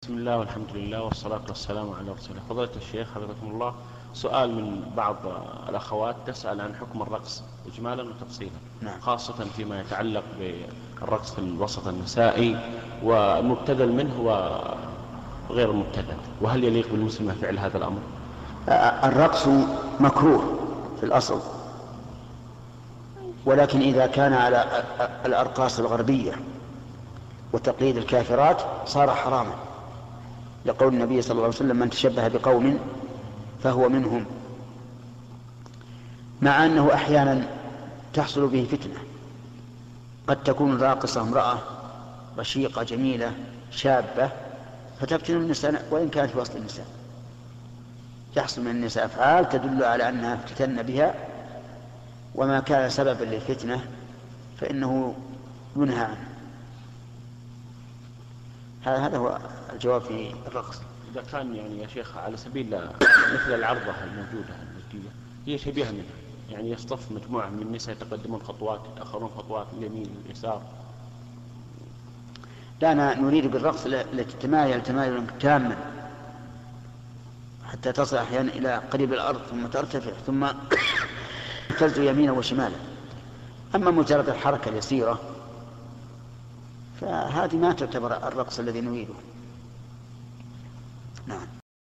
بسم الله والحمد لله والصلاة والسلام على رسول الله. فضيلة الشيخ حفظكم الله، سؤال من بعض الأخوات تسأل عن حكم الرقص إجمالا وتفصيلا. نعم. خاصة فيما يتعلق بالرقص في الوسط النسائي والمبتذل منه وغير المبتذل، وهل يليق بالمسلمة فعل هذا الأمر؟ الرقص مكروه في الأصل، ولكن إذا كان على الأرقاص الغربية وتقليد الكافرات صار حراما، لقول النبي صلى الله عليه وسلم: من تشبه بقوم فهو منهم. مع أنه أحيانا تحصل به فتنة، قد تكون الراقصة امرأة رشيقة جميلة شابة فتفتن النساء وإن كانت في وسط النساء، يحصل من النساء أفعال تدل على أنها افتتن بها، وما كان سببا للفتنة فإنه ينهى عنه. هذا هو الجواب في الرقص. إذا كان يا شيخ على سبيل مثل العرضة الموجودة المجدية هي شبيهة منها، يصطف مجموعة من النساء يتقدمون خطوات يتأخرون خطوات اليمين واليسار. لا، نريد بالرقص التي تمايل تاما حتى تصل أحيانا إلى قريب الأرض ثم ترتفع ثم تلز يمينا وشمالا. أما مجرد الحركة اليسيرة فهذه ما تعتبر الرقص الذي نريده.